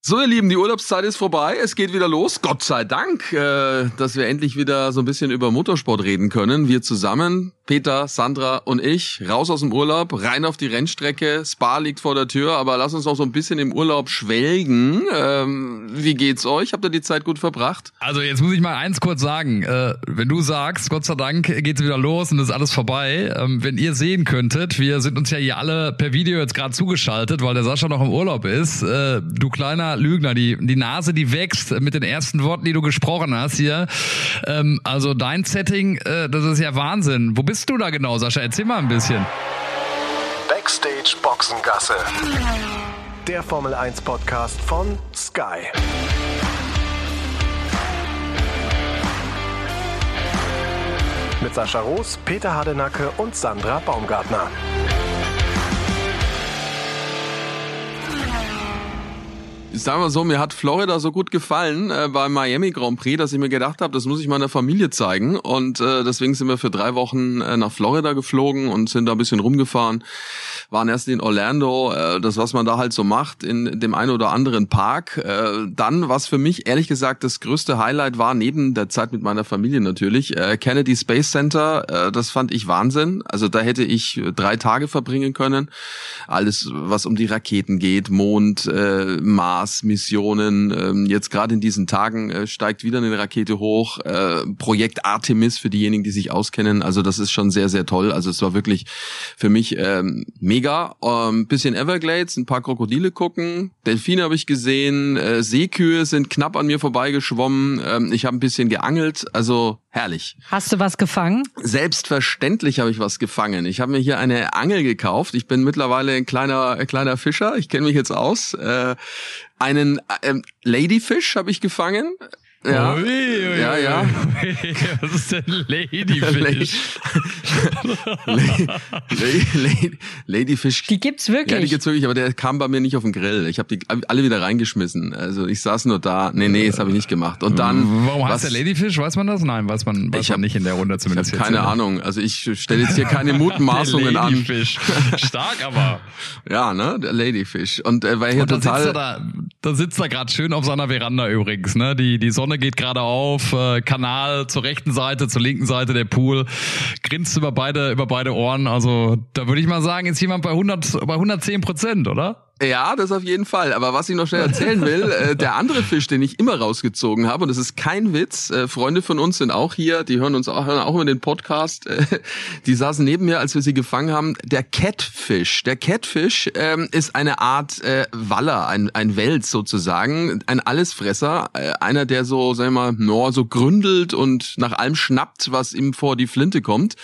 So, ihr Lieben, die Urlaubszeit ist vorbei. Es geht wieder los. Gott sei Dank, dass wir endlich wieder so ein bisschen über Motorsport reden können. Wir zusammen, Peter, Sandra und ich, raus aus dem Urlaub, rein auf die Rennstrecke. Spa liegt vor der Tür, aber lass uns noch so ein bisschen im Urlaub schwelgen. Wie geht's euch? Habt ihr die Zeit gut verbracht? Also jetzt muss ich mal eins kurz sagen. Wenn du sagst, Gott sei Dank geht's wieder los und ist alles vorbei. Wenn ihr sehen könntet, wir sind uns ja hier alle per Video jetzt gerade zugeschaltet, weil der Sascha noch im Urlaub ist. Du kleiner Lügner, die Nase, die wächst mit den ersten Worten, die du gesprochen hast hier. Also dein Setting, das ist ja Wahnsinn. Wo bist du da genau, Sascha? Erzähl mal ein bisschen. Backstage Boxengasse. Der Formel 1 Podcast von Sky. Mit Sascha Roos, Peter Hardenacke und Sandra Baumgartner. Ich sag mal so, mir hat Florida so gut gefallen beim Miami Grand Prix, dass ich mir gedacht habe, das muss ich meiner Familie zeigen. Und deswegen sind wir für 3 Wochen nach Florida geflogen und sind da ein bisschen rumgefahren. Waren erst in Orlando, das, was man da halt so macht, in dem einen oder anderen Park. Dann, was für mich ehrlich gesagt das größte Highlight war, neben der Zeit mit meiner Familie natürlich, Kennedy Space Center, das fand ich Wahnsinn. Also da hätte ich 3 Tage verbringen können. Alles, was um die Raketen geht, Mond, Mars, Missionen. Jetzt gerade in diesen Tagen steigt wieder eine Rakete hoch. Projekt Artemis für diejenigen, die sich auskennen. Also das ist schon sehr, sehr toll. Also es war wirklich für mich mega. Bisschen Everglades, ein paar Krokodile gucken. Delfine habe ich gesehen. Seekühe sind knapp an mir vorbeigeschwommen. Ich habe ein bisschen geangelt. Also herrlich. Hast du was gefangen? Selbstverständlich habe ich was gefangen. Ich habe mir hier eine Angel gekauft. Ich bin mittlerweile ein kleiner Fischer. Ich kenne mich jetzt aus. Einen Ladyfish habe ich gefangen. Ja, ui. Ja. Was ist denn Ladyfish? Ladyfish. Die gibt's wirklich? Ja, die gibt's wirklich, aber der kam bei mir nicht auf den Grill. Ich habe die alle wieder reingeschmissen. Also ich saß nur da. Nee, das habe ich nicht gemacht. Und dann... Warum heißt der Ladyfish? Weiß man das? Nein, weiß man nicht in der Runde zumindest. Ich habe keine Ahnung. Also ich stelle jetzt hier keine Mutmaßungen an. Ladyfish. Stark aber. Ja, ne? Der Ladyfish. Und weil hier total... Da sitzt er gerade schön auf seiner Veranda übrigens, ne? Die Sonne geht gerade auf, Kanal zur rechten Seite, zur linken Seite der Pool, grinst über beide Ohren. Also da würde ich mal sagen, ist jemand bei 110%, oder? Ja, das auf jeden Fall. Aber was ich noch schnell erzählen will, der andere Fisch, den ich immer rausgezogen habe, und das ist kein Witz, Freunde von uns sind auch hier, die hören auch immer den Podcast, die saßen neben mir, als wir sie gefangen haben. Der Catfish. Der Catfish ist eine Art Waller, ein Wels sozusagen, ein Allesfresser, einer, der so, sagen wir mal, so gründelt und nach allem schnappt, was ihm vor die Flinte kommt.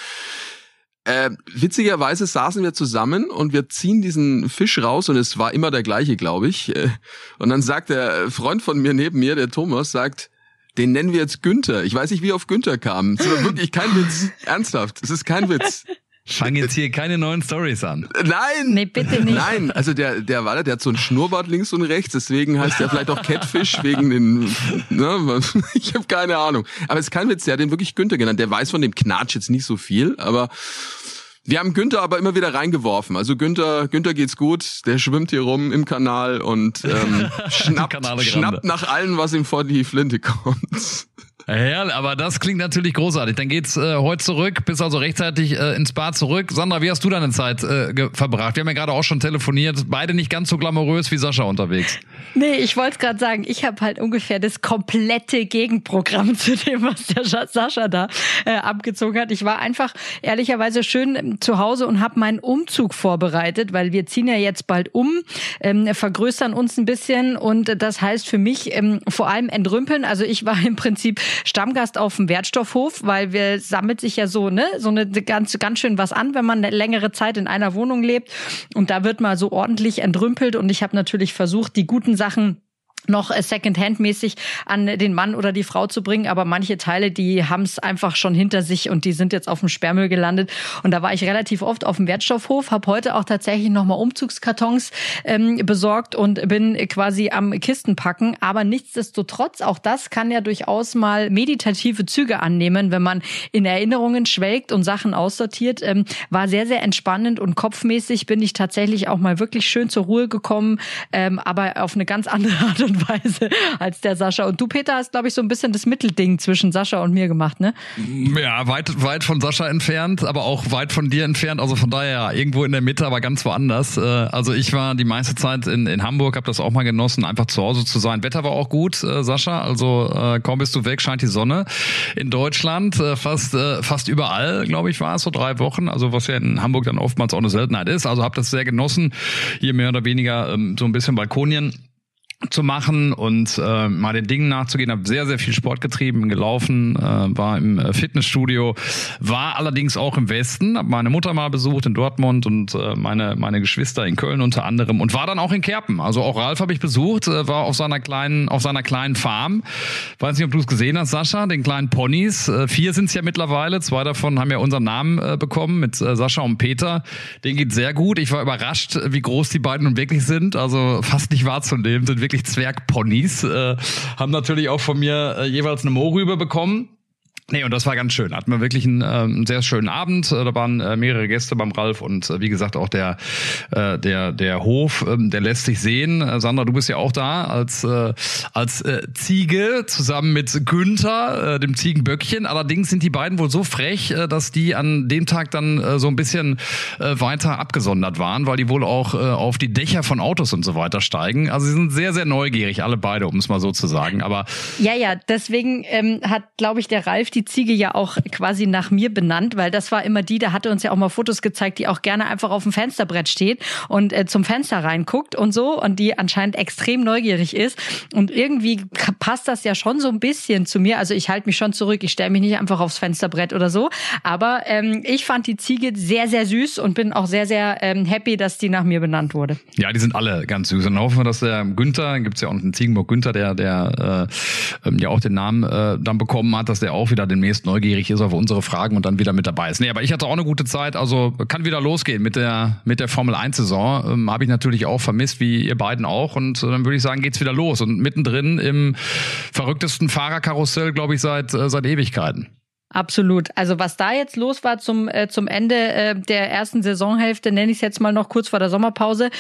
Witzigerweise saßen wir zusammen und wir ziehen diesen Fisch raus und es war immer der gleiche, glaube ich. Und dann sagt der Freund von mir neben mir, der Thomas, sagt, den nennen wir jetzt Günther. Ich weiß nicht, wie er auf Günther kam. Es war wirklich kein Witz. Ernsthaft, es ist kein Witz. Fang jetzt hier keine neuen Storys an. Nein! Nee, bitte nicht. Nein, also der Waller, der hat so ein Schnurrbart links und rechts, deswegen heißt der vielleicht auch Catfish, wegen den, ne, ich habe keine Ahnung. Aber es ist kein Witz, der hat den wirklich Günther genannt. Der weiß von dem Knatsch jetzt nicht so viel, aber wir haben Günther aber immer wieder reingeworfen. Also Günther geht's gut, der schwimmt hier rum im Kanal und schnappt nach allem, was ihm vor die Flinte kommt. Ja, aber das klingt natürlich großartig. Dann geht's heute zurück, bist also rechtzeitig ins Bad zurück. Sandra, wie hast du deine Zeit verbracht? Wir haben ja gerade auch schon telefoniert. Beide nicht ganz so glamourös wie Sascha unterwegs. Nee, ich wollte es gerade sagen, ich habe halt ungefähr das komplette Gegenprogramm zu dem, was der Sascha da abgezogen hat. Ich war einfach ehrlicherweise schön zu Hause und habe meinen Umzug vorbereitet, weil wir ziehen ja jetzt bald um, vergrößern uns ein bisschen und das heißt für mich vor allem entrümpeln. Also ich war im Prinzip Stammgast auf dem Wertstoffhof, weil sammelt sich ja so eine ganz schön was an, wenn man eine längere Zeit in einer Wohnung lebt. Und da wird mal so ordentlich entrümpelt. Und ich habe natürlich versucht, die guten Sachen noch Secondhand-mäßig an den Mann oder die Frau zu bringen, aber manche Teile, die haben es einfach schon hinter sich und die sind jetzt auf dem Sperrmüll gelandet und da war ich relativ oft auf dem Wertstoffhof, habe heute auch tatsächlich nochmal Umzugskartons besorgt und bin quasi am Kistenpacken, aber nichtsdestotrotz, auch das kann ja durchaus mal meditative Züge annehmen, wenn man in Erinnerungen schwelgt und Sachen aussortiert, war sehr, sehr entspannend und kopfmäßig bin ich tatsächlich auch mal wirklich schön zur Ruhe gekommen, aber auf eine ganz andere Art und Weise als der Sascha. Und du, Peter, hast, glaube ich, so ein bisschen das Mittelding zwischen Sascha und mir gemacht, ne? Ja, weit von Sascha entfernt, aber auch weit von dir entfernt. Also von daher irgendwo in der Mitte, aber ganz woanders. Also ich war die meiste Zeit in Hamburg, habe das auch mal genossen, einfach zu Hause zu sein. Wetter war auch gut, Sascha. Also kaum bist du weg, scheint die Sonne. In Deutschland fast überall, glaube ich, war es so 3 Wochen. Also was ja in Hamburg dann oftmals auch eine Seltenheit ist. Also habe das sehr genossen, hier mehr oder weniger so ein bisschen Balkonien zu machen und mal den Dingen nachzugehen. Habe sehr, sehr viel Sport getrieben, gelaufen, war im Fitnessstudio, war allerdings auch im Westen, habe meine Mutter mal besucht in Dortmund und meine Geschwister in Köln unter anderem und war dann auch in Kerpen. Also auch Ralf habe ich besucht, war auf seiner kleinen Farm. Weiß nicht, ob du es gesehen hast, Sascha, den kleinen Ponys. 4 sind es ja mittlerweile, 2 davon haben ja unseren Namen bekommen mit Sascha und Peter. Denen geht sehr gut. Ich war überrascht, wie groß die beiden nun wirklich sind. Also fast nicht wahrzunehmen, sind wirklich Zwergponys, haben natürlich auch von mir jeweils eine Mohrrübe bekommen. Nee, und das war ganz schön. Hatten wir wirklich einen sehr schönen Abend. Da waren mehrere Gäste beim Ralf und wie gesagt auch der Hof, der lässt sich sehen. Sandra, du bist ja auch da als Ziege zusammen mit Günther, dem Ziegenböckchen. Allerdings sind die beiden wohl so frech, dass die an dem Tag dann so ein bisschen weiter abgesondert waren, weil die wohl auch auf die Dächer von Autos und so weiter steigen. Also sie sind sehr, sehr neugierig, alle beide, um es mal so zu sagen. Aber ja, deswegen hat, glaube ich, der Ralf die Ziege ja auch quasi nach mir benannt, weil das war immer da hatte uns ja auch mal Fotos gezeigt, die auch gerne einfach auf dem Fensterbrett steht und zum Fenster reinguckt und so und die anscheinend extrem neugierig ist und irgendwie passt das ja schon so ein bisschen zu mir, also ich halte mich schon zurück, ich stelle mich nicht einfach aufs Fensterbrett oder so, aber ich fand die Ziege sehr, sehr süß und bin auch sehr, sehr happy, dass die nach mir benannt wurde. Ja, die sind alle ganz süß und hoffen wir, dass der Günther, gibt's ja auch einen Ziegenbock Günther, der ja auch den Namen dann bekommen hat, dass der auch wieder demnächst neugierig ist auf unsere Fragen und dann wieder mit dabei ist. Nee, aber ich hatte auch eine gute Zeit, also kann wieder losgehen mit der Formel-1-Saison. Habe ich natürlich auch vermisst, wie ihr beiden auch und dann würde ich sagen, geht's wieder los und mittendrin im verrücktesten Fahrerkarussell, glaube ich, seit Ewigkeiten. Absolut. Also was da jetzt los war zum Ende der ersten Saisonhälfte, nenne ich es jetzt mal noch kurz vor der Sommerpause,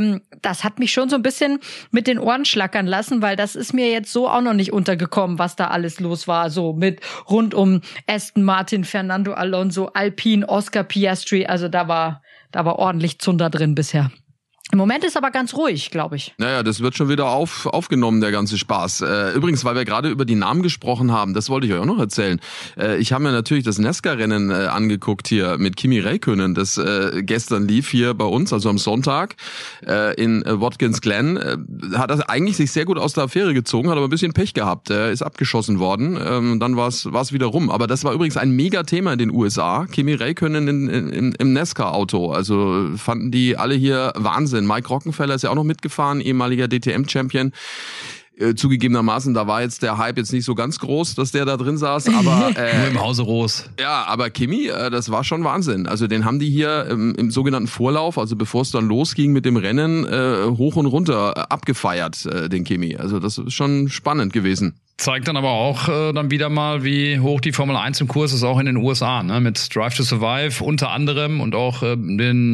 das hat mich schon so ein bisschen mit den Ohren schlackern lassen, weil das ist mir jetzt so auch noch nicht untergekommen, was da alles los war, so mit rund um Aston Martin, Fernando Alonso, Alpine, Oscar Piastri, also da war ordentlich Zunder drin bisher. Im Moment ist aber ganz ruhig, glaube ich. Naja, das wird schon wieder aufgenommen, der ganze Spaß. Übrigens, weil wir gerade über die Namen gesprochen haben, das wollte ich euch auch noch erzählen. Ich habe mir natürlich das NASCAR-Rennen angeguckt hier mit Kimi Räikkönen, das gestern lief hier bei uns, also am Sonntag in Watkins Glen. Hat das eigentlich sich sehr gut aus der Affäre gezogen, hat aber ein bisschen Pech gehabt. Ist abgeschossen worden, dann war es wieder rum. Aber das war übrigens ein Mega-Thema in den USA. Kimi Räikkönen im NASCAR-Auto. Also fanden die alle hier Wahnsinn. Mike Rockenfeller ist ja auch noch mitgefahren, ehemaliger DTM-Champion. Zugegebenermaßen, da war jetzt der Hype jetzt nicht so ganz groß, dass der da drin saß, aber nur im Hause Roos. Ja, aber Kimi, das war schon Wahnsinn. Also den haben die hier im sogenannten Vorlauf, also bevor es dann losging mit dem Rennen, hoch und runter abgefeiert, den Kimi. Also das ist schon spannend gewesen. Zeigt dann aber auch dann wieder mal, wie hoch die Formel 1 im Kurs ist, auch in den USA, ne? Mit Drive to Survive unter anderem und auch dem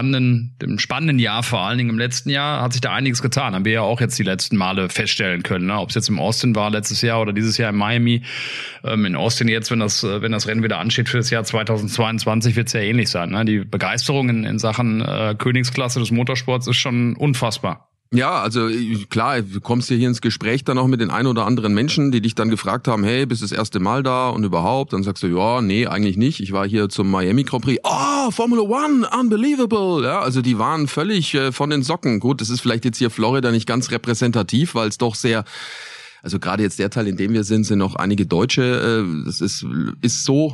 spannenden Jahr, vor allen Dingen im letzten Jahr, hat sich da einiges getan. Haben wir ja auch jetzt die letzten Male feststellen können, ne? Ob es jetzt im Austin war letztes Jahr oder dieses Jahr in Miami. In Austin jetzt, wenn das Rennen wieder ansteht für das Jahr 2022, wird es ja ähnlich sein, ne? Die Begeisterung in Sachen Königsklasse des Motorsports ist schon unfassbar. Ja, also klar, du kommst hier ins Gespräch dann auch mit den ein oder anderen Menschen, die dich dann gefragt haben, hey, bist du das erste Mal da und überhaupt? Dann sagst du, ja, nee, eigentlich nicht. Ich war hier zum Miami Grand Prix. Oh, Formula One, unbelievable. Ja, also die waren völlig von den Socken. Gut, das ist vielleicht jetzt hier Florida nicht ganz repräsentativ, weil es doch sehr... Also gerade jetzt der Teil, in dem wir sind noch einige Deutsche. Das ist so,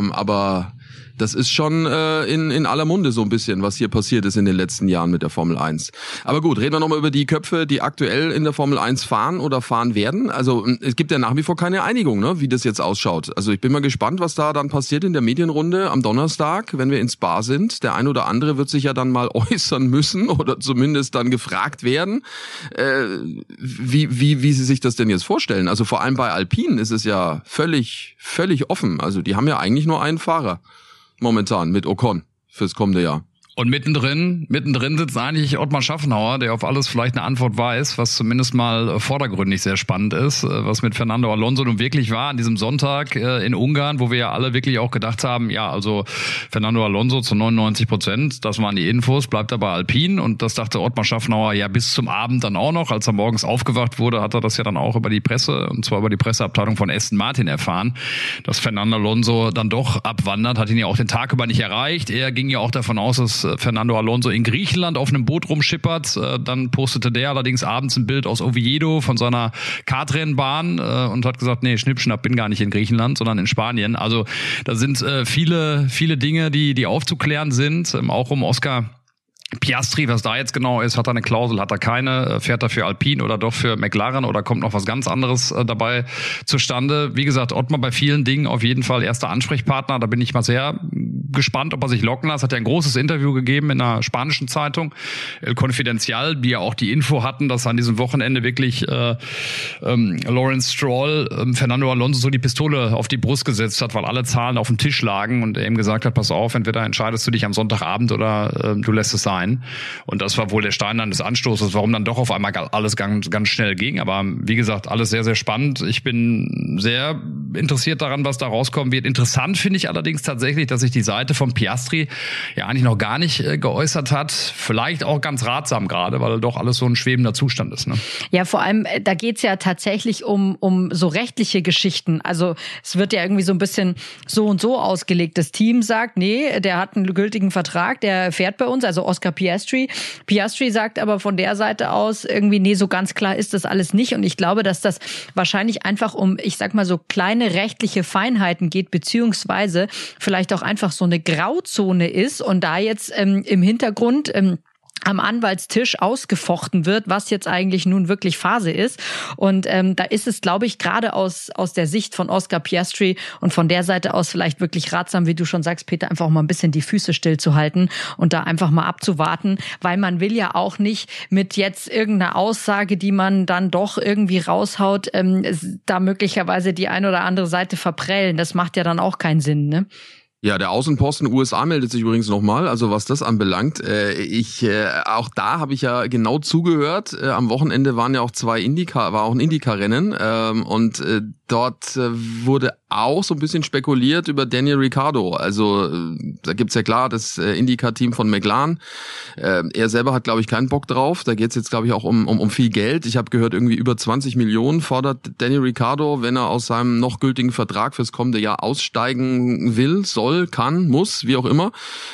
aber das ist schon in aller Munde so ein bisschen, was hier passiert ist in den letzten Jahren mit der Formel 1. Aber gut, reden wir nochmal über die Köpfe, die aktuell in der Formel 1 fahren oder fahren werden. Also es gibt ja nach wie vor keine Einigung, ne, wie das jetzt ausschaut. Also ich bin mal gespannt, was da dann passiert in der Medienrunde am Donnerstag, wenn wir in Spa sind. Der ein oder andere wird sich ja dann mal äußern müssen oder zumindest dann gefragt werden, wie sie sich das denn jetzt vorstellen. Also vor allem bei Alpine ist es ja völlig offen. Also die haben ja eigentlich nur einen Fahrer momentan mit Ocon fürs kommende Jahr. Und mittendrin sitzt eigentlich Ottmar Schaffenhauer, der auf alles vielleicht eine Antwort weiß, was zumindest mal vordergründig sehr spannend ist, was mit Fernando Alonso nun wirklich war an diesem Sonntag in Ungarn, wo wir ja alle wirklich auch gedacht haben, ja, also Fernando Alonso zu 99%, das waren die Infos, bleibt er bei Alpine, und das dachte Ottmar Schaffenhauer ja bis zum Abend dann auch noch. Als er morgens aufgewacht wurde, hat er das ja dann auch über die Presse, und zwar über die Presseabteilung von Aston Martin erfahren, dass Fernando Alonso dann doch abwandert, hat ihn ja auch den Tag über nicht erreicht. Er ging ja auch davon aus, dass Fernando Alonso in Griechenland auf einem Boot rumschippert. Dann postete der allerdings abends ein Bild aus Oviedo von seiner Kartrennbahn und hat gesagt, nee, Schnippschnapp, bin gar nicht in Griechenland, sondern in Spanien. Also da sind viele Dinge, die aufzuklären sind, auch um Oscar Piastri, was da jetzt genau ist, hat er eine Klausel, hat er keine, fährt er für Alpine oder doch für McLaren oder kommt noch was ganz anderes dabei zustande? Wie gesagt, Ottmar bei vielen Dingen auf jeden Fall erster Ansprechpartner, da bin ich mal sehr gespannt, ob er sich locken lässt. Hat ja ein großes Interview gegeben in einer spanischen Zeitung, El Confidencial, die ja auch die Info hatten, dass an diesem Wochenende wirklich Lawrence Stroll Fernando Alonso so die Pistole auf die Brust gesetzt hat, weil alle Zahlen auf dem Tisch lagen und er ihm gesagt hat, pass auf, entweder entscheidest du dich am Sonntagabend oder du lässt es sein. Und das war wohl der Stein dann des Anstoßes, warum dann doch auf einmal alles ganz schnell ging. Aber wie gesagt, alles sehr, sehr spannend. Ich bin sehr interessiert daran, was da rauskommen wird. Interessant finde ich allerdings tatsächlich, dass sich die Seite von Piastri ja eigentlich noch gar nicht geäußert hat. Vielleicht auch ganz ratsam gerade, weil doch alles so ein schwebender Zustand ist. Ne? Ja, vor allem, da geht's ja tatsächlich um so rechtliche Geschichten. Also es wird ja irgendwie so ein bisschen so und so ausgelegt. Das Team sagt, nee, der hat einen gültigen Vertrag, der fährt bei uns, also Oscar Piastri. Piastri sagt aber von der Seite aus irgendwie, nee, so ganz klar ist das alles nicht. Und ich glaube, dass das wahrscheinlich einfach um, ich sag mal, so kleine rechtliche Feinheiten geht, beziehungsweise vielleicht auch einfach so eine Grauzone ist und da jetzt im Hintergrund am Anwaltstisch ausgefochten wird, was jetzt eigentlich nun wirklich Phase ist. Und da ist es, glaube ich, gerade aus der Sicht von Oscar Piastri und von der Seite aus vielleicht wirklich ratsam, wie du schon sagst, Peter, einfach mal ein bisschen die Füße stillzuhalten und da einfach mal abzuwarten, weil man will ja auch nicht mit jetzt irgendeiner Aussage, die man dann doch irgendwie raushaut, da möglicherweise die eine oder andere Seite verprellen. Das macht ja dann auch keinen Sinn, ne? Ja, der Außenposten USA meldet sich übrigens nochmal, also was das anbelangt. Auch da habe ich ja genau zugehört. Am Wochenende waren ja auch war auch ein IndyCar-Rennen und dort wurde auch so ein bisschen spekuliert über Daniel Ricciardo. Also da gibt's ja klar das IndyCar-Team von McLaren. Er selber hat, glaube ich, keinen Bock drauf. Da geht's jetzt, glaube ich, auch um viel Geld. Ich habe gehört, irgendwie über 20 Millionen fordert Daniel Ricciardo, wenn er aus seinem noch gültigen Vertrag fürs kommende Jahr aussteigen will, soll, kann, muss, wie auch immer.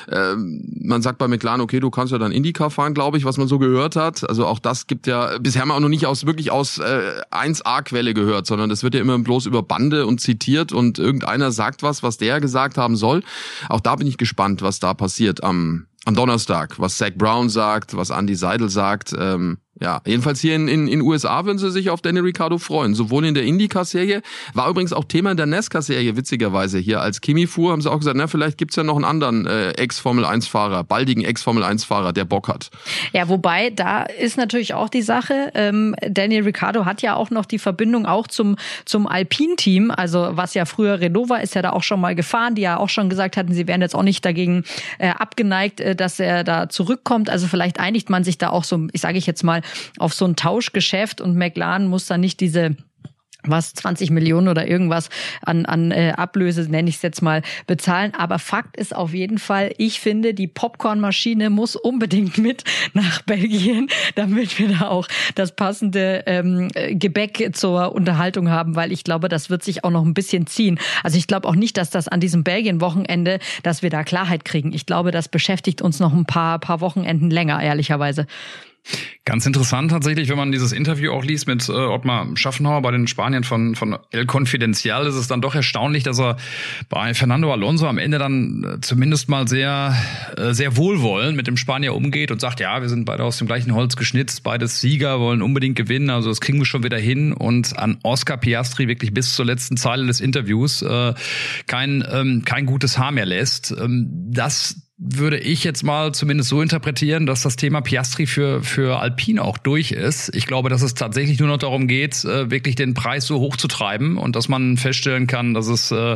Man sagt bei McLaren, okay, du kannst ja dann IndyCar fahren, glaube ich, was man so gehört hat. Also auch das gibt ja, bisher haben wir auch noch nicht wirklich aus 1A-Quelle gehört, sondern das wird ja immer bloß über Bande und zitiert und irgendeiner sagt was der gesagt haben soll. Auch da bin ich gespannt, was da passiert am Donnerstag, was Zach Brown sagt, was Andy Seidel sagt. Ja, jedenfalls hier in USA würden sie sich auf Daniel Ricciardo freuen. Sowohl in der IndyCar-Serie, war übrigens auch Thema in der NASCAR-Serie, witzigerweise. Hier als Kimi fuhr, haben sie auch gesagt, na, vielleicht gibt's ja noch einen anderen Ex-Formel-1-Fahrer, baldigen Ex-Formel-1-Fahrer, der Bock hat. Ja, wobei, da ist natürlich auch die Sache, Daniel Ricciardo hat ja auch noch die Verbindung auch zum Alpine-Team, also was ja früher Renault war, ist ja da auch schon mal gefahren, die ja auch schon gesagt hatten, sie wären jetzt auch nicht dagegen abgeneigt, dass er da zurückkommt. Also vielleicht einigt man sich da auch so, sage ich jetzt mal, auf so ein Tauschgeschäft und McLaren muss dann nicht diese 20 Millionen oder irgendwas an Ablöse, nenne ich es jetzt mal, bezahlen. Aber Fakt ist auf jeden Fall, ich finde, die Popcornmaschine muss unbedingt mit nach Belgien, damit wir da auch das passende Gebäck zur Unterhaltung haben, weil ich glaube, das wird sich auch noch ein bisschen ziehen. Also ich glaube auch nicht, dass das an diesem Belgien-Wochenende, dass wir da Klarheit kriegen. Ich glaube, das beschäftigt uns noch ein paar Wochenenden länger, ehrlicherweise. Ganz interessant tatsächlich, wenn man dieses Interview auch liest mit Ottmar Schaffenhauer bei den Spaniern von El Confidencial, ist es dann doch erstaunlich, dass er bei Fernando Alonso am Ende dann zumindest mal sehr wohlwollend mit dem Spanier umgeht und sagt, ja, wir sind beide aus dem gleichen Holz geschnitzt, beides Sieger, wollen unbedingt gewinnen, also das kriegen wir schon wieder hin, und an Oscar Piastri wirklich bis zur letzten Zeile des Interviews kein gutes Haar mehr lässt. Das würde ich jetzt mal zumindest so interpretieren, dass das Thema Piastri für Alpine auch durch ist. Ich glaube, dass es tatsächlich nur noch darum geht, wirklich den Preis so hoch zu treiben und dass man feststellen kann, dass es da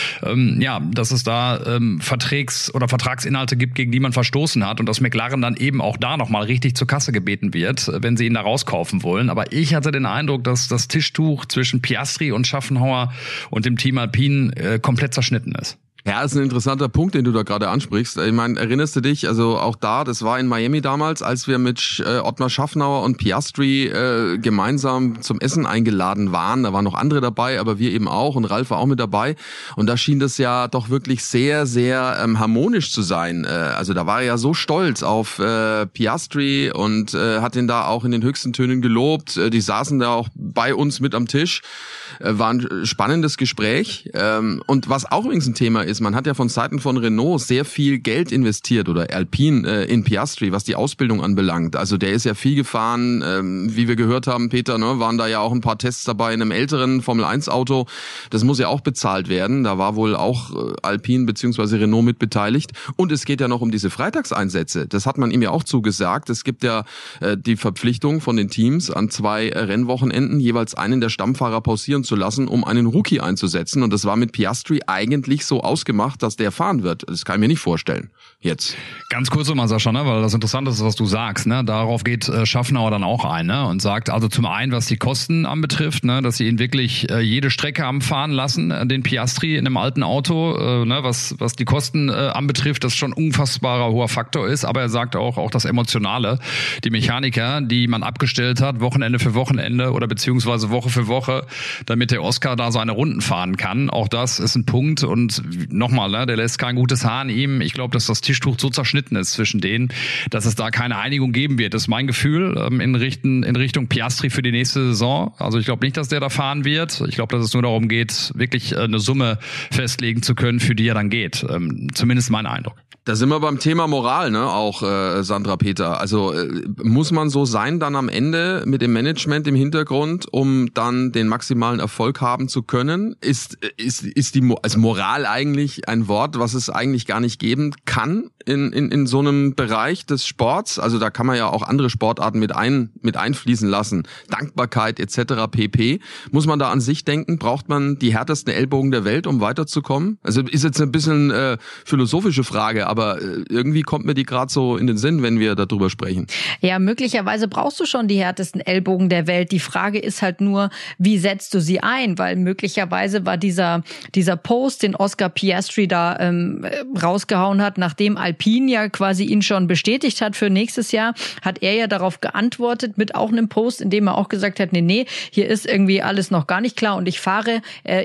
Vertragsinhalte gibt, gegen die man verstoßen hat und dass McLaren dann eben auch da nochmal richtig zur Kasse gebeten wird, wenn sie ihn da rauskaufen wollen. Aber ich hatte den Eindruck, dass das Tischtuch zwischen Piastri und Schaffenhauer und dem Team Alpine komplett zerschnitten ist. Ja, ist ein interessanter Punkt, den du da gerade ansprichst. Ich meine, erinnerst du dich, also auch das war in Miami damals, als wir mit Ottmar Schaffenhauer und Piastri gemeinsam zum Essen eingeladen waren. Da waren noch andere dabei, aber wir eben auch und Ralf war auch mit dabei. Und da schien das ja doch wirklich sehr, sehr harmonisch zu sein. Also da war er ja so stolz auf Piastri und hat ihn da auch in den höchsten Tönen gelobt. Die saßen da auch bei uns mit am Tisch. War ein spannendes Gespräch. Und was auch übrigens ein Thema ist, man hat ja von Seiten von Renault sehr viel Geld investiert oder Alpine in Piastri, was die Ausbildung anbelangt. Also der ist ja viel gefahren, wie wir gehört haben, Peter, ne, waren da ja auch ein paar Tests dabei in einem älteren Formel-1-Auto. Das muss ja auch bezahlt werden. Da war wohl auch Alpine bzw. Renault mit beteiligt. Und es geht ja noch um diese Freitagseinsätze. Das hat man ihm ja auch zugesagt. Es gibt ja die Verpflichtung von den Teams, an 2 Rennwochenenden jeweils einen der Stammfahrer pausieren zu lassen, um einen Rookie einzusetzen. Und das war mit Piastri eigentlich so ausgemacht, dass der fahren wird. Das kann ich mir nicht vorstellen. Jetzt. Ganz kurz nochmal, Sascha, ne, weil das Interessante ist, was du sagst. Ne? Darauf geht Schaffenauer dann auch ein, ne? Und sagt also zum einen, was die Kosten anbetrifft, ne, dass sie ihn wirklich jede Strecke haben fahren lassen, den Piastri in einem alten Auto, ne, was die Kosten anbetrifft, das schon ein unfassbarer hoher Faktor ist. Aber er sagt auch das Emotionale, die Mechaniker, die man abgestellt hat, Wochenende für Wochenende oder beziehungsweise Woche für Woche, damit der Oscar da seine Runden fahren kann. Auch das ist ein Punkt. Und nochmal, ne, der lässt kein gutes Haar an ihm. Ich glaube, dass das Tischtuch so zerschnitten ist zwischen denen, dass es da keine Einigung geben wird. Das ist mein Gefühl in Richtung Piastri für die nächste Saison. Also ich glaube nicht, dass der da fahren wird. Ich glaube, dass es nur darum geht, wirklich eine Summe festlegen zu können, für die er dann geht. Zumindest mein Eindruck. Da sind wir beim Thema Moral, ne, auch Sandra, Peter. Also muss man so sein dann am Ende mit dem Management im Hintergrund, um dann den maximalen Erfolg haben zu können? Ist die als Moral eigentlich ein Wort, was es eigentlich gar nicht geben kann in so einem Bereich des Sports? Also da kann man ja auch andere Sportarten mit einfließen lassen. Dankbarkeit etc. pp. Muss man da an sich denken? Braucht man die härtesten Ellbogen der Welt, um weiterzukommen? Also ist jetzt ein bisschen philosophische Frage, aber irgendwie kommt mir die gerade so in den Sinn, wenn wir darüber sprechen. Ja, möglicherweise brauchst du schon die härtesten Ellbogen der Welt. Die Frage ist halt nur, wie setzt du sie ein? Weil möglicherweise war dieser Post, den Oscar Piastri da rausgehauen hat, nachdem Alpine ja quasi ihn schon bestätigt hat für nächstes Jahr, hat er ja darauf geantwortet mit auch einem Post, in dem er auch gesagt hat, nee, hier ist irgendwie alles noch gar nicht klar und ich fahre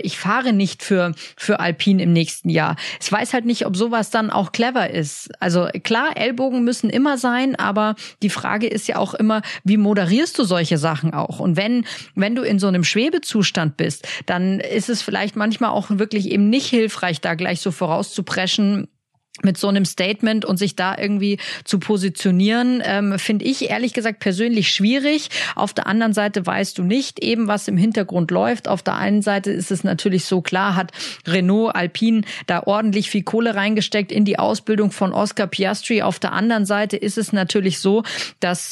nicht für Alpine im nächsten Jahr. Ich weiß halt nicht, ob sowas dann auch clever ist. Also klar, Ellbogen müssen immer sein, aber die Frage ist ja auch immer, wie moderierst du solche Sachen auch? Und wenn du in so einem Schwebezustand bist, dann ist es vielleicht manchmal auch wirklich eben nicht hilfreich, da gleich so vorauszupreschen mit so einem Statement und sich da irgendwie zu positionieren, finde ich ehrlich gesagt persönlich schwierig. Auf der anderen Seite weißt du nicht eben, was im Hintergrund läuft. Auf der einen Seite ist es natürlich so klar, hat Renault, Alpine da ordentlich viel Kohle reingesteckt in die Ausbildung von Oscar Piastri. Auf der anderen Seite ist es natürlich so, dass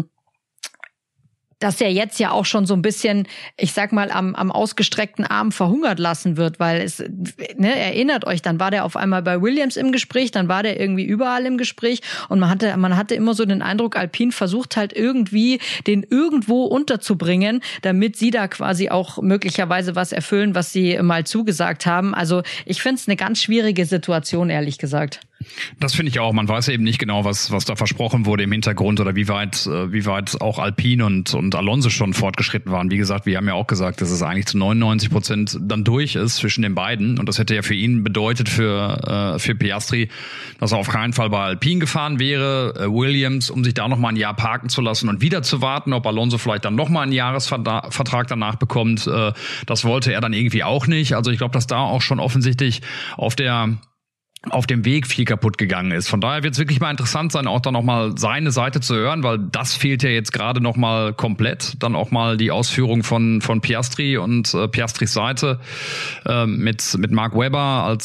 er jetzt ja auch schon so ein bisschen, ich sag mal, am ausgestreckten Arm verhungert lassen wird, weil es, ne, erinnert euch, dann war der auf einmal bei Williams im Gespräch, dann war der irgendwie überall im Gespräch und man hatte immer so den Eindruck, Alpine versucht halt irgendwie, den irgendwo unterzubringen, damit sie da quasi auch möglicherweise was erfüllen, was sie mal zugesagt haben. Also ich finde es eine ganz schwierige Situation, ehrlich gesagt. Das finde ich auch. Man weiß eben nicht genau, was da versprochen wurde im Hintergrund oder wie weit auch Alpine und Alonso schon fortgeschritten waren. Wie gesagt, wir haben ja auch gesagt, dass es eigentlich zu 99% dann durch ist zwischen den beiden. Und das hätte ja für ihn bedeutet, für Piastri, dass er auf keinen Fall bei Alpine gefahren wäre. Williams, um sich da nochmal ein Jahr parken zu lassen und wieder zu warten, ob Alonso vielleicht dann nochmal einen Jahresvertrag danach bekommt. Das wollte er dann irgendwie auch nicht. Also ich glaube, dass da auch schon offensichtlich auf der auf dem Weg viel kaputt gegangen ist. Von daher wird es wirklich mal interessant sein, auch dann nochmal seine Seite zu hören, weil das fehlt ja jetzt gerade nochmal komplett. Dann auch mal die Ausführung von Piastri und Piastris Seite mit Mark Webber als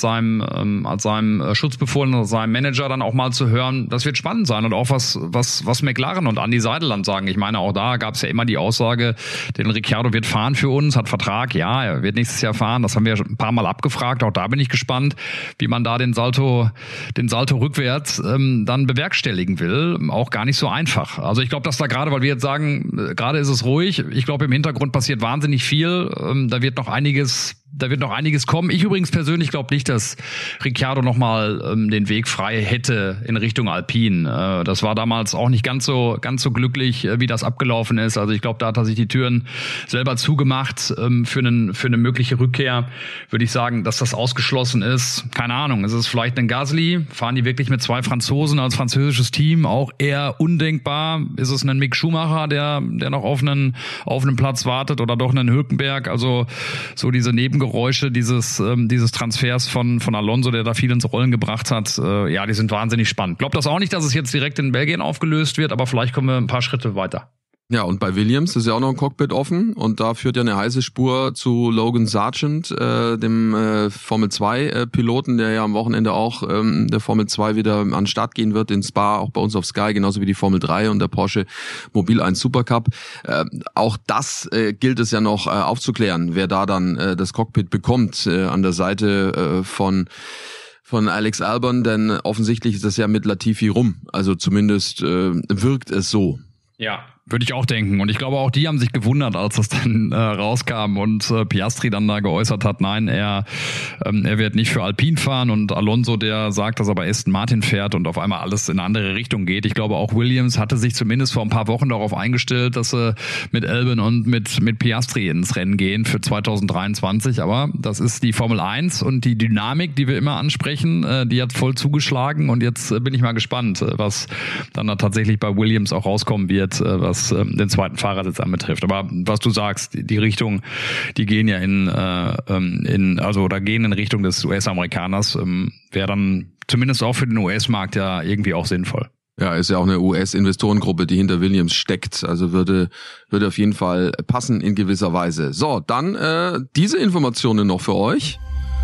seinem Schutzbefohlenen, als seinem Manager dann auch mal zu hören. Das wird spannend sein und auch was McLaren und Andy Seideland sagen. Ich meine, auch da gab es ja immer die Aussage, den Ricciardo wird fahren für uns, hat Vertrag, ja, er wird nächstes Jahr fahren. Das haben wir ein paar Mal abgefragt. Auch da bin ich gespannt, wie man da den Salto rückwärts dann bewerkstelligen will. Auch gar nicht so einfach. Also ich glaube, dass da gerade, weil wir jetzt sagen, gerade ist es ruhig, ich glaube, im Hintergrund passiert wahnsinnig viel. Da wird noch einiges kommen. Ich übrigens persönlich glaube nicht, dass Ricciardo nochmal den Weg frei hätte in Richtung Alpine. Das war damals auch nicht ganz so glücklich, wie das abgelaufen ist. Also ich glaube, da hat er sich die Türen selber zugemacht für eine mögliche Rückkehr. Würde ich sagen, dass das ausgeschlossen ist. Keine Ahnung. Ist es vielleicht ein Gasly? Fahren die wirklich mit 2 Franzosen als französisches Team? Auch eher undenkbar. Ist es ein Mick Schumacher, der noch auf einen Platz wartet, oder doch einen Hülkenberg? Also so diese Nebengeräusche dieses Transfers von Alonso, der da viel ins Rollen gebracht hat, die sind wahnsinnig spannend. Glaubt das auch nicht, dass es jetzt direkt in Belgien aufgelöst wird, aber vielleicht kommen wir ein paar Schritte weiter. Ja, und bei Williams ist ja auch noch ein Cockpit offen und da führt ja eine heiße Spur zu Logan Sargent, dem Formel-2-Piloten, der ja am Wochenende auch der Formel 2 wieder an den Start gehen wird in Spa, auch bei uns auf Sky, genauso wie die Formel 3 und der Porsche Mobil 1 Supercup. Auch das gilt es ja noch aufzuklären, wer da dann das Cockpit bekommt an der Seite von Alex Albon, denn offensichtlich ist das ja mit Latifi rum. Also zumindest wirkt es so. Ja, würde ich auch denken. Und ich glaube, auch die haben sich gewundert, als das dann rauskam und Piastri dann da geäußert hat, nein, er wird nicht für Alpine fahren, und Alonso, der sagt, dass er bei Aston Martin fährt und auf einmal alles in eine andere Richtung geht. Ich glaube, auch Williams hatte sich zumindest vor ein paar Wochen darauf eingestellt, dass sie mit Albon und mit Piastri ins Rennen gehen für 2023. Aber das ist die Formel 1 und die Dynamik, die wir immer ansprechen, die hat voll zugeschlagen, und jetzt bin ich mal gespannt, was dann da tatsächlich bei Williams auch rauskommen wird, was den zweiten Fahrersitz anbetrifft. Aber was du sagst, die Richtung, die gehen ja in Richtung des US-Amerikaners, wäre dann zumindest auch für den US-Markt ja irgendwie auch sinnvoll. Ja, ist ja auch eine US-Investorengruppe, die hinter Williams steckt. Also würde auf jeden Fall passen in gewisser Weise. So, dann diese Informationen noch für euch.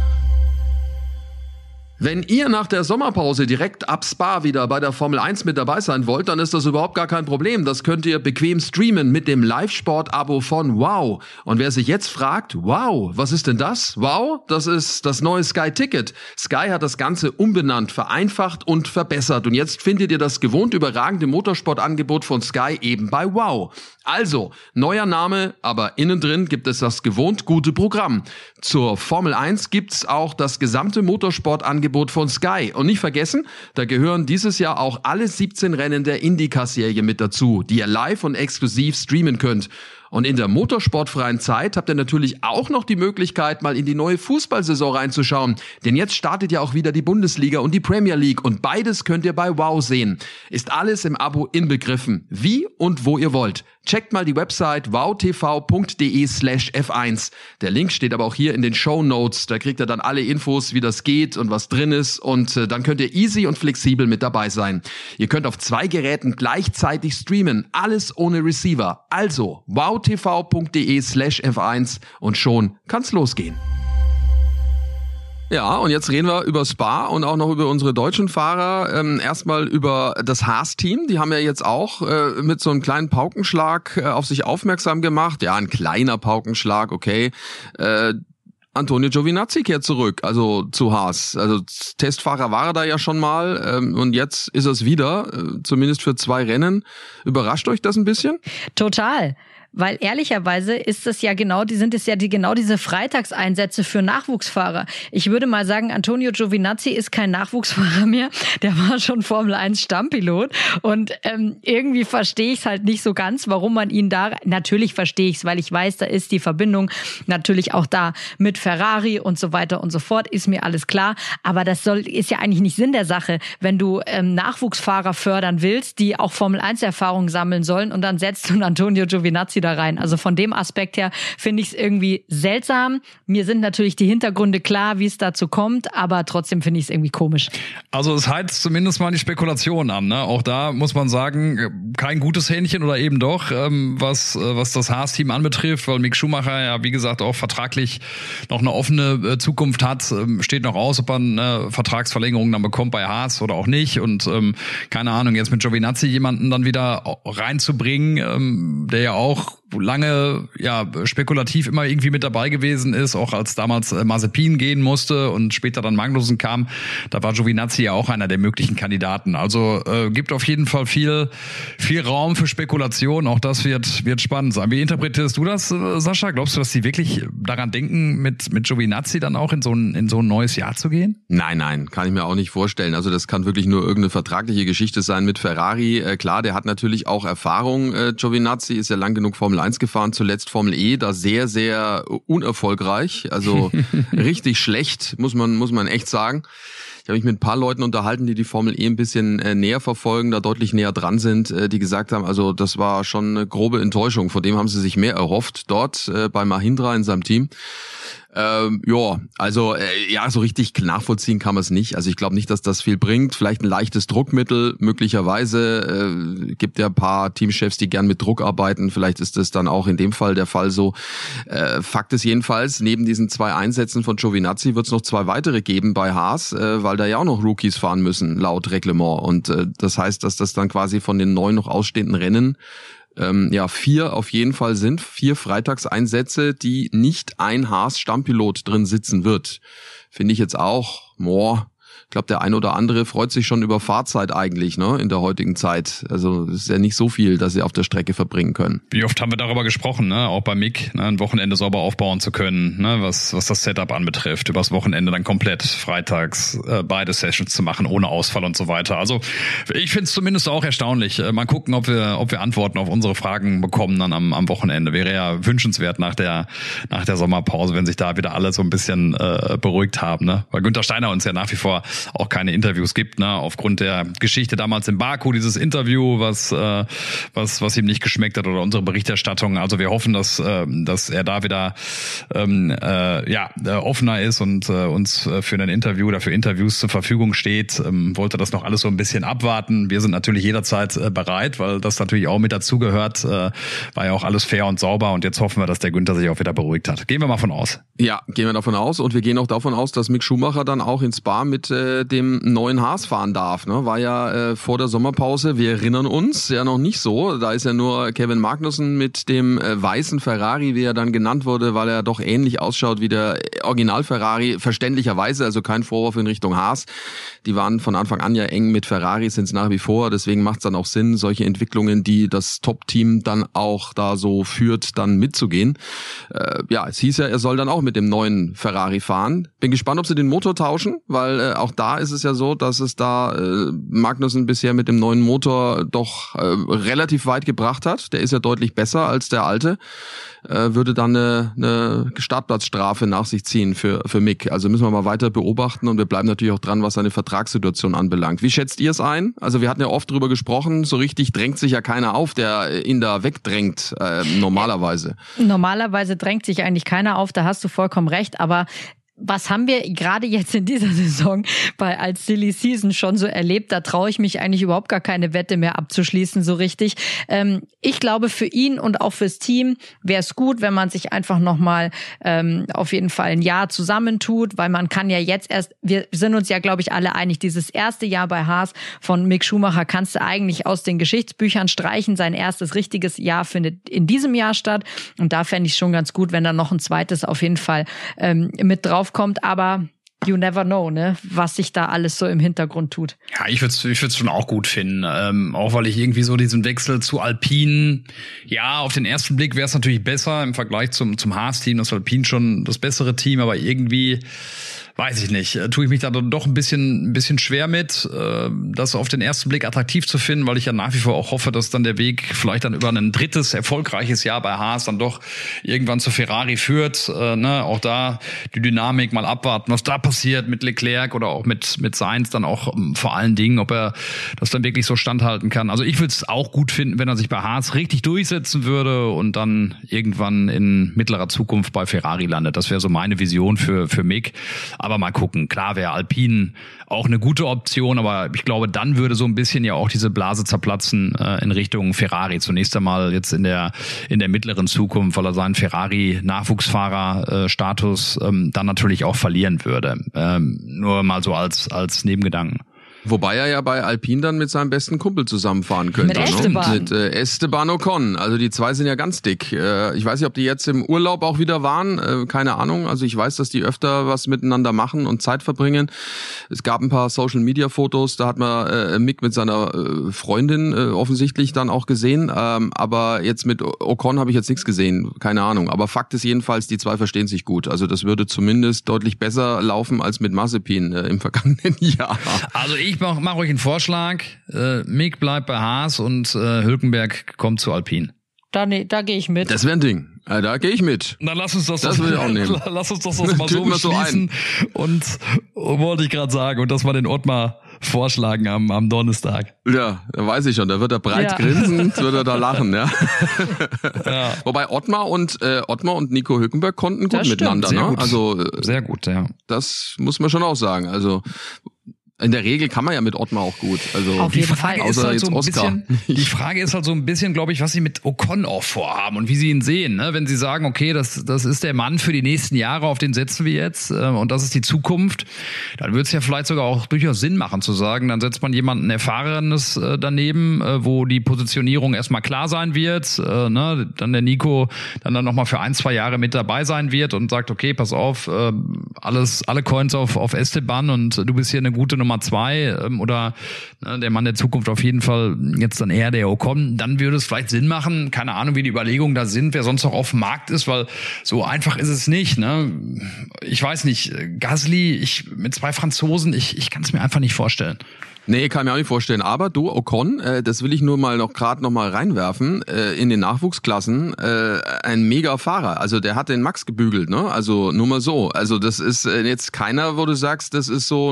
Wenn ihr nach der Sommerpause direkt ab Spa wieder bei der Formel 1 mit dabei sein wollt, dann ist das überhaupt gar kein Problem. Das könnt ihr bequem streamen mit dem Live-Sport-Abo von Wow. Und wer sich jetzt fragt, wow, was ist denn das? Wow, das ist das neue Sky-Ticket. Sky hat das Ganze umbenannt, vereinfacht und verbessert. Und jetzt findet ihr das gewohnt überragende Motorsportangebot von Sky eben bei Wow. Also, neuer Name, aber innen drin gibt es das gewohnt gute Programm. Zur Formel 1 gibt's auch das gesamte Motorsportangebot von Sky. Und nicht vergessen, da gehören dieses Jahr auch alle 17 Rennen der IndyCar-Serie mit dazu, die ihr live und exklusiv streamen könnt. Und in der motorsportfreien Zeit habt ihr natürlich auch noch die Möglichkeit, mal in die neue Fußballsaison reinzuschauen. Denn jetzt startet ja auch wieder die Bundesliga und die Premier League, und beides könnt ihr bei Wow sehen. Ist alles im Abo inbegriffen. Wie und wo ihr wollt. Checkt mal die Website wowtv.de/F1. Der Link steht aber auch hier in den Shownotes. Da kriegt ihr dann alle Infos, wie das geht und was drin ist. Und dann könnt ihr easy und flexibel mit dabei sein. Ihr könnt auf 2 Geräten gleichzeitig streamen. Alles ohne Receiver. Also wowtv.de/F1 und schon kann's losgehen. Ja, und jetzt reden wir über Spa und auch noch über unsere deutschen Fahrer. Erstmal über das Haas-Team. Die haben ja jetzt auch mit so einem kleinen Paukenschlag auf sich aufmerksam gemacht. Ja, ein kleiner Paukenschlag, okay. Antonio Giovinazzi kehrt zurück, also zu Haas. Also Testfahrer war er da ja schon mal und jetzt ist es wieder, zumindest für 2 Rennen. Überrascht euch das ein bisschen? Total. Weil ehrlicherweise ist es ja genau, genau diese Freitagseinsätze für Nachwuchsfahrer. Ich würde mal sagen, Antonio Giovinazzi ist kein Nachwuchsfahrer mehr. Der war schon Formel 1 Stammpilot. Und irgendwie verstehe ich es halt nicht so ganz, warum man ihn da, natürlich verstehe ich es, weil ich weiß, da ist die Verbindung natürlich auch da mit Ferrari und so weiter und so fort, ist mir alles klar. Aber das ist ja eigentlich nicht Sinn der Sache, wenn du Nachwuchsfahrer fördern willst, die auch Formel 1 Erfahrung sammeln sollen, und dann setzt du Antonio Giovinazzi Giovinazzi da rein. Also von dem Aspekt her finde ich es irgendwie seltsam. Mir sind natürlich die Hintergründe klar, wie es dazu kommt, aber trotzdem finde ich es irgendwie komisch. Also es heizt zumindest mal die Spekulation an, ne? Auch da muss man sagen, kein gutes Hähnchen oder eben doch, was das Haas-Team anbetrifft, weil Mick Schumacher ja, wie gesagt, auch vertraglich noch eine offene Zukunft hat. Steht noch aus, ob er eine Vertragsverlängerung dann bekommt bei Haas oder auch nicht. Und keine Ahnung, jetzt mit Giovinazzi jemanden dann wieder reinzubringen, der ja auch lange spekulativ immer irgendwie mit dabei gewesen ist, auch als damals Mazepin gehen musste und später dann Magnussen kam, da war Giovinazzi ja auch einer der möglichen Kandidaten. Also gibt auf jeden Fall viel Raum für Spekulation, auch das wird spannend sein. Wie interpretierst du das, Sascha? Glaubst du, dass die wirklich daran denken, mit Giovinazzi dann auch in so ein neues Jahr zu gehen? Nein, kann ich mir auch nicht vorstellen. Also das kann wirklich nur irgendeine vertragliche Geschichte sein mit Ferrari. Klar, der hat natürlich auch Erfahrung. Giovinazzi ist ja lang genug Formel 1 gefahren, zuletzt Formel E, da sehr, sehr unerfolgreich, also richtig schlecht, muss man echt sagen. Ich habe mich mit ein paar Leuten unterhalten, die Formel E ein bisschen näher verfolgen, da deutlich näher dran sind, die gesagt haben, also das war schon eine grobe Enttäuschung, von dem haben sie sich mehr erhofft dort bei Mahindra in seinem Team. So richtig nachvollziehen kann man es nicht. Also ich glaube nicht, dass das viel bringt. Vielleicht ein leichtes Druckmittel, möglicherweise. Gibt ja ein paar Teamchefs, die gern mit Druck arbeiten. Vielleicht ist das dann auch in dem Fall der Fall so. Fakt ist jedenfalls, neben diesen 2 Einsätzen von Giovinazzi wird es noch 2 weitere geben bei Haas, weil da ja auch noch Rookies fahren müssen, laut Reglement. Und das heißt, dass das dann quasi von den 9 noch ausstehenden Rennen 4 auf jeden Fall sind, 4 Freitagseinsätze, die nicht ein Haas-Stammpilot drin sitzen wird. Finde ich jetzt auch, ich glaube, der ein oder andere freut sich schon über Fahrzeit eigentlich, ne, in der heutigen Zeit. Also es ist ja nicht so viel, dass sie auf der Strecke verbringen können. Wie oft haben wir darüber gesprochen, ne, auch bei Mick, ne, ein Wochenende sauber aufbauen zu können, ne, was das Setup anbetrifft, übers Wochenende dann komplett freitags beide Sessions zu machen, ohne Ausfall und so weiter. Also ich finde es zumindest auch erstaunlich. Mal gucken, ob wir Antworten auf unsere Fragen bekommen dann am Wochenende. Wäre ja wünschenswert nach der Sommerpause, wenn sich da wieder alle so ein bisschen beruhigt haben, ne, weil Günther Steiner uns ja nach wie vor auch keine Interviews gibt, ne, aufgrund der Geschichte damals in Baku, dieses Interview, was ihm nicht geschmeckt hat, oder unsere Berichterstattung. Also wir hoffen, dass er da wieder offener ist und uns für ein Interview oder für Interviews zur Verfügung steht. Wollte das noch alles so ein bisschen abwarten. Wir sind natürlich jederzeit bereit, weil das natürlich auch mit dazugehört. War ja auch alles fair und sauber, und jetzt hoffen wir, dass der Günther sich auch wieder beruhigt hat. Gehen wir mal von aus. Ja, gehen wir davon aus, und wir gehen auch davon aus, dass Mick Schumacher dann auch in Spa mit dem neuen Haas fahren darf. Ne? War ja vor der Sommerpause, wir erinnern uns, ja noch nicht so. Da ist ja nur Kevin Magnussen mit dem weißen Ferrari, wie er dann genannt wurde, weil er doch ähnlich ausschaut wie der Original-Ferrari, verständlicherweise, also kein Vorwurf in Richtung Haas. Die waren von Anfang an ja eng mit Ferrari, sind es nach wie vor, deswegen macht es dann auch Sinn, solche Entwicklungen, die das Top-Team dann auch da so führt, dann mitzugehen. Es hieß ja, er soll dann auch mit dem neuen Ferrari fahren. Bin gespannt, ob sie den Motor tauschen, weil auch da ist es ja so, dass es da Magnussen bisher mit dem neuen Motor doch relativ weit gebracht hat. Der ist ja deutlich besser als der alte. Würde dann eine Startplatzstrafe nach sich ziehen für Mick. Also müssen wir mal weiter beobachten, und wir bleiben natürlich auch dran, was seine Vertragssituation anbelangt. Wie schätzt ihr es ein? Also wir hatten ja oft drüber gesprochen, so richtig drängt sich ja keiner auf, der ihn da wegdrängt, normalerweise. Normalerweise drängt sich eigentlich keiner auf, da hast du vollkommen recht, aber was haben wir gerade jetzt in dieser Saison als Silly Season schon so erlebt? Da traue ich mich eigentlich überhaupt gar keine Wette mehr abzuschließen, so richtig. Ich glaube, für ihn und auch fürs Team wäre es gut, wenn man sich einfach nochmal auf jeden Fall ein Jahr zusammentut, weil man kann ja jetzt erst, wir sind uns ja, glaube ich, alle einig, dieses erste Jahr bei Haas von Mick Schumacher kannst du eigentlich aus den Geschichtsbüchern streichen. Sein erstes richtiges Jahr findet in diesem Jahr statt, und da fände ich schon ganz gut, wenn da noch ein zweites auf jeden Fall mit drauf kommt, aber you never know, ne, was sich da alles so im Hintergrund tut. Ja, ich würde schon auch gut finden, auch weil ich irgendwie so diesen Wechsel zu Alpine, ja, auf den ersten Blick wäre es natürlich besser im Vergleich zum Haas-Team, das Alpine schon das bessere Team, aber irgendwie Weiß ich nicht. Tue ich mich da doch ein bisschen schwer mit, das auf den ersten Blick attraktiv zu finden, weil ich ja nach wie vor auch hoffe, dass dann der Weg vielleicht dann über ein drittes erfolgreiches Jahr bei Haas dann doch irgendwann zu Ferrari führt. Auch da die Dynamik mal abwarten, was da passiert mit Leclerc oder auch mit Sainz dann auch vor allen Dingen, ob er das dann wirklich so standhalten kann. Also ich würde es auch gut finden, wenn er sich bei Haas richtig durchsetzen würde und dann irgendwann in mittlerer Zukunft bei Ferrari landet. Das wäre so meine Vision für Mick. Aber mal gucken. Klar wäre Alpine auch eine gute Option, aber ich glaube, dann würde so ein bisschen ja auch diese Blase zerplatzen in Richtung Ferrari. Zunächst einmal jetzt in der mittleren Zukunft, weil er seinen Ferrari-Nachwuchsfahrer-Status dann natürlich auch verlieren würde. Nur mal so als Nebengedanken. Wobei er ja bei Alpine dann mit seinem besten Kumpel zusammenfahren könnte. Mit Esteban. Mit Esteban Ocon. Also die zwei sind ja ganz dick. Ich weiß nicht, ob die jetzt im Urlaub auch wieder waren. Keine Ahnung. Also ich weiß, dass die öfter was miteinander machen und Zeit verbringen. Es gab ein paar Social-Media-Fotos. Da hat man Mick mit seiner Freundin offensichtlich dann auch gesehen. Aber jetzt mit Ocon habe ich jetzt nichts gesehen. Keine Ahnung. Aber Fakt ist jedenfalls, die zwei verstehen sich gut. Also das würde zumindest deutlich besser laufen als mit Mazepin im vergangenen Jahr. Also ich mach euch einen Vorschlag. Mick bleibt bei Haas und Hülkenberg kommt zu Alpine. Da gehe ich mit. Das wäre ein Ding. Da gehe ich mit. Dann lass uns das will ich auch nehmen. Lass uns das mal so beschließen. Und wollte ich gerade sagen, und das mal den Ottmar vorschlagen am Donnerstag. Ja, da weiß ich schon. Da wird er breit grinsend, wird er da lachen, ja. Ja. Wobei Ottmar und Nico Hülkenberg konnten gut miteinander, sehr ne? gut. Also sehr gut, ja. Das muss man schon auch sagen. Also in der Regel kann man ja mit Ottmar auch gut. Also auf jeden Fall. Außer halt jetzt so Oscar. Die Frage ist halt so ein bisschen, glaube ich, was sie mit Ocon auch vorhaben und wie sie ihn sehen. Ne? Wenn sie sagen, okay, das ist der Mann für die nächsten Jahre, auf den setzen wir jetzt und das ist die Zukunft, dann würde es ja vielleicht sogar auch durchaus Sinn machen zu sagen, dann setzt man jemanden Erfahrenes daneben, wo die Positionierung erstmal klar sein wird, dann der Nico dann nochmal für 1-2 Jahre mit dabei sein wird und sagt, okay, pass auf, alle Coins auf Esteban und du bist hier eine gute Nummer 2 oder der Mann der Zukunft auf jeden Fall jetzt dann eher der Ocon, dann würde es vielleicht Sinn machen, keine Ahnung, wie die Überlegungen da sind, wer sonst noch auf dem Markt ist, weil so einfach ist es nicht. Ne? Ich weiß nicht, Gasly, mit 2 Franzosen, ich kann es mir einfach nicht vorstellen. Nee, kann mir auch nicht vorstellen. Aber du, Ocon, das will ich nur mal noch mal reinwerfen, in den Nachwuchsklassen, ein mega Fahrer. Also der hat den Max gebügelt, ne? Also nur mal so. Also das ist jetzt keiner, wo du sagst, das ist so,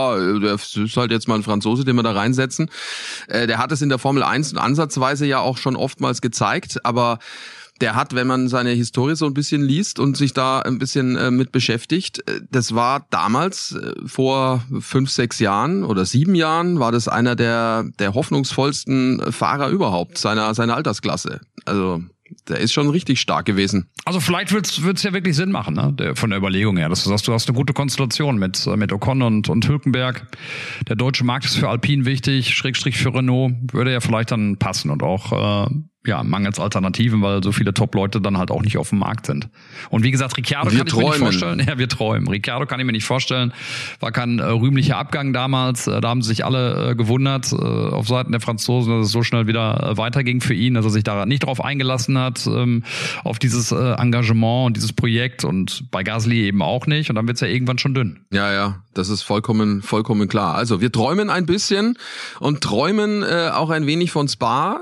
das ist halt jetzt mal ein Franzose, den wir da reinsetzen. Der hat es in der Formel 1 ansatzweise ja auch schon oftmals gezeigt, aber der hat, wenn man seine Historie so ein bisschen liest und sich da ein bisschen mit beschäftigt, das war damals vor 5-6 Jahren oder 7 Jahren, war das einer der hoffnungsvollsten Fahrer überhaupt seiner Altersklasse. Also der ist schon richtig stark gewesen. Also vielleicht wird's ja wirklich Sinn machen, ne? Von der Überlegung her, dass du sagst, du hast eine gute Konstellation mit Ocon und Hülkenberg. Der deutsche Markt ist für Alpine wichtig, / für Renault, würde ja vielleicht dann passen und auch mangels Alternativen, weil so viele Top-Leute dann halt auch nicht auf dem Markt sind. Und wie gesagt, Ricciardo kann ich mir nicht vorstellen. Ja, wir träumen. Ricciardo kann ich mir nicht vorstellen. War kein rühmlicher Abgang damals. Da haben sich alle gewundert auf Seiten der Franzosen, dass es so schnell wieder weiterging für ihn, dass er sich da nicht drauf eingelassen hat, auf dieses Engagement und dieses Projekt und bei Gasly eben auch nicht. Und dann wird's ja irgendwann schon dünn. Ja, das ist vollkommen klar. Also wir träumen ein bisschen und träumen auch ein wenig von Spa,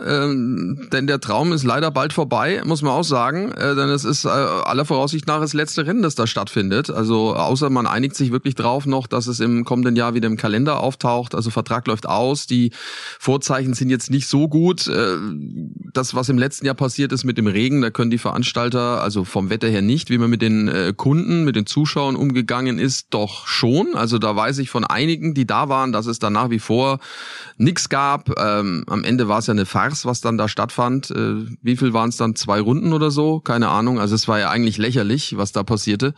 denn der Traum ist leider bald vorbei, muss man auch sagen, denn es ist aller Voraussicht nach das letzte Rennen, das da stattfindet. Also außer man einigt sich wirklich drauf noch, dass es im kommenden Jahr wieder im Kalender auftaucht. Also Vertrag läuft aus, die Vorzeichen sind jetzt nicht so gut. Das, was im letzten Jahr passiert ist mit dem Regen, da können die Veranstalter, also vom Wetter her nicht, wie man mit den Kunden, mit den Zuschauern umgegangen ist, doch schon. Also da weiß ich von einigen, die da waren, dass es da nach wie vor nichts gab. Am Ende war es ja eine Farce, was dann da stattfand. Wie viel waren es dann? 2 Runden oder so? Keine Ahnung. Also es war ja eigentlich lächerlich, was da passierte.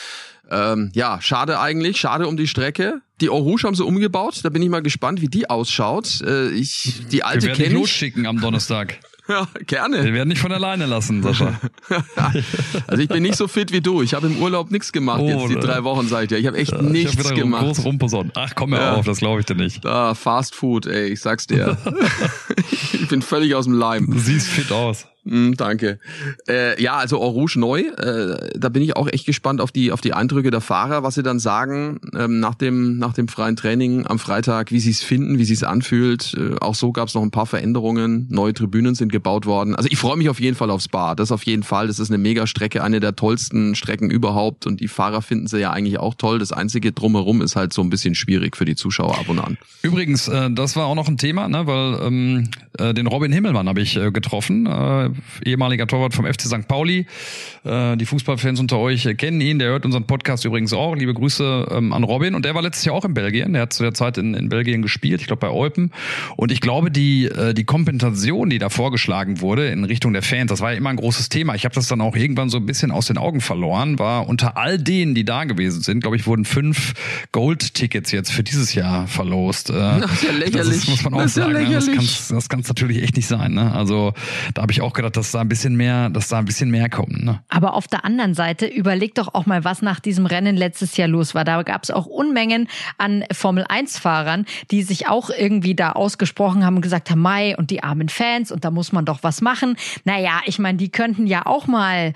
Schade eigentlich. Schade um die Strecke. Die Eau Rouge haben sie umgebaut. Da bin ich mal gespannt, wie die ausschaut. Die alte kenne ich. Losschicken am Donnerstag. Ja, gerne. Wir werden nicht von alleine lassen, Sascha. Also ich bin nicht so fit wie du. Ich habe im Urlaub nichts gemacht jetzt die 3 Wochen, sag ich dir. Ich habe echt nichts gemacht. Groß rumposaun. Ach, komm mir auf, das glaube ich dir nicht. Fast Food, ey, ich sag's dir. Ich bin völlig aus dem Leim. Du siehst fit aus. Danke. Ja, also Eau Rouge neu. Da bin ich auch echt gespannt auf die Eindrücke der Fahrer, was sie dann sagen nach dem freien Training am Freitag, wie sie es finden, wie sie es anfühlt. Auch so gab es noch ein paar Veränderungen. Neue Tribünen sind gebaut worden. Also ich freue mich auf jeden Fall auf Spa. Das auf jeden Fall. Das ist eine Mega-Strecke, eine der tollsten Strecken überhaupt. Und die Fahrer finden sie ja eigentlich auch toll. Das einzige Drumherum ist halt so ein bisschen schwierig für die Zuschauer ab und an. Übrigens, das war auch noch ein Thema, ne, weil den Robin Himmelmann habe ich getroffen. Ehemaliger Torwart vom FC St. Pauli. Die Fußballfans unter euch kennen ihn, der hört unseren Podcast übrigens auch. Liebe Grüße an Robin. Und der war letztes Jahr auch in Belgien. Der hat zu der Zeit in Belgien gespielt, ich glaube bei Eupen. Und ich glaube, die Kompensation, die da vorgeschlagen wurde in Richtung der Fans, das war ja immer ein großes Thema. Ich habe das dann auch irgendwann so ein bisschen aus den Augen verloren, war unter all denen, die da gewesen sind, glaube ich, wurden 5 Gold-Tickets jetzt für dieses Jahr verlost. Das ist ja lächerlich. Das muss man auch sagen. Ja, das kann es natürlich echt nicht sein. Ne? Also da habe ich auch gedacht, dass da ein bisschen mehr kommt. Ne? Aber auf der anderen Seite, überleg doch auch mal, was nach diesem Rennen letztes Jahr los war. Da gab es auch Unmengen an Formel-1-Fahrern, die sich auch irgendwie da ausgesprochen haben und gesagt haben, Mai und die armen Fans und da muss man doch was machen. Naja, ich meine, die könnten ja auch mal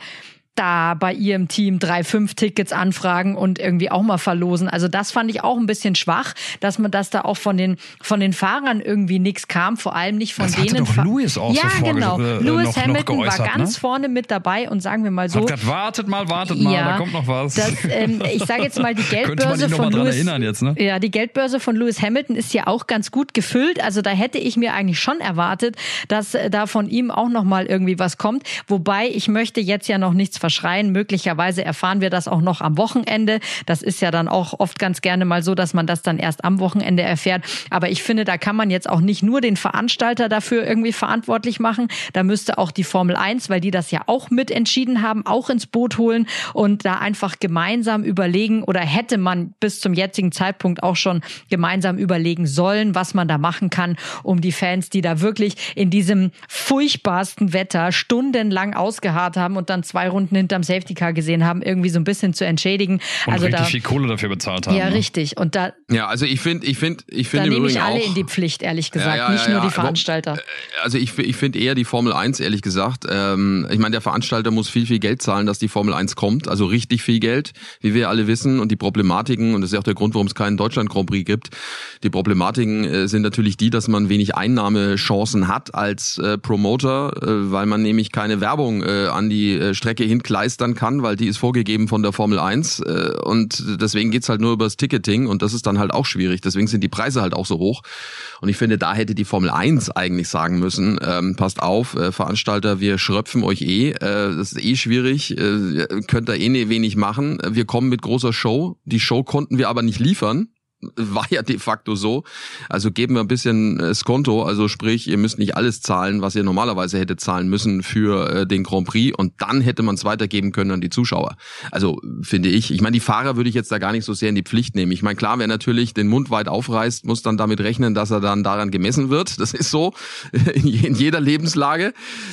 da bei ihrem Team 3-5 Tickets anfragen und irgendwie auch mal verlosen. Also das fand ich auch ein bisschen schwach, dass da auch von den Fahrern irgendwie nichts kam, vor allem nicht von denen. Das hatte doch Lewis auch ja, so genau. Lewis Hamilton noch geäußert, war ganz vorne mit dabei und sagen wir mal so. Hat gesagt, wartet mal, ja, da kommt noch was. Ich sage jetzt mal, die Geldbörse von Lewis. Erinnern jetzt, ne? Ja, die Geldbörse von Lewis Hamilton ist ja auch ganz gut gefüllt. Also da hätte ich mir eigentlich schon erwartet, dass da von ihm auch noch mal irgendwie was kommt. Wobei ich möchte jetzt ja noch nichts verschreien. Möglicherweise erfahren wir das auch noch am Wochenende. Das ist ja dann auch oft ganz gerne mal so, dass man das dann erst am Wochenende erfährt. Aber ich finde, da kann man jetzt auch nicht nur den Veranstalter dafür irgendwie verantwortlich machen. Da müsste auch die Formel 1, weil die das ja auch mitentschieden haben, auch ins Boot holen und da einfach gemeinsam überlegen oder hätte man bis zum jetzigen Zeitpunkt auch schon gemeinsam überlegen sollen, was man da machen kann, um die Fans, die da wirklich in diesem furchtbarsten Wetter stundenlang ausgeharrt haben und dann 2 Runden hinterm Safety Car gesehen haben, irgendwie so ein bisschen zu entschädigen. Und also richtig viel Kohle dafür bezahlt haben. Ja, ne? Richtig. Und da. Ja, also ich finde da nehme ich alle in die Pflicht, ehrlich gesagt, nicht nur die Veranstalter. Also ich finde eher die Formel 1, ehrlich gesagt. Ich meine, der Veranstalter muss viel Geld zahlen, dass die Formel 1 kommt. Also richtig viel Geld, wie wir alle wissen. Und die Problematiken, und das ist ja auch der Grund, warum es keinen Deutschland Grand Prix gibt, die Problematiken sind natürlich die, dass man wenig Einnahmechancen hat als Promoter, weil man nämlich keine Werbung an die Strecke hinkleistern kann, weil die ist vorgegeben von der Formel 1 und deswegen geht's halt nur über das Ticketing und das ist dann halt auch schwierig. Deswegen sind die Preise halt auch so hoch. Und ich finde, da hätte die Formel 1 eigentlich sagen müssen, passt auf, Veranstalter, wir schröpfen euch das ist schwierig, könnt da wenig machen. Wir kommen mit großer Show. Die Show konnten wir aber nicht liefern. War ja de facto so. Also geben wir ein bisschen Skonto, also sprich, ihr müsst nicht alles zahlen, was ihr normalerweise hättet zahlen müssen für den Grand Prix und dann hätte man es weitergeben können an die Zuschauer. Also finde ich. Ich meine, die Fahrer würde ich jetzt da gar nicht so sehr in die Pflicht nehmen. Ich meine, klar, wer natürlich den Mund weit aufreißt, muss dann damit rechnen, dass er dann daran gemessen wird. Das ist so in jeder Lebenslage.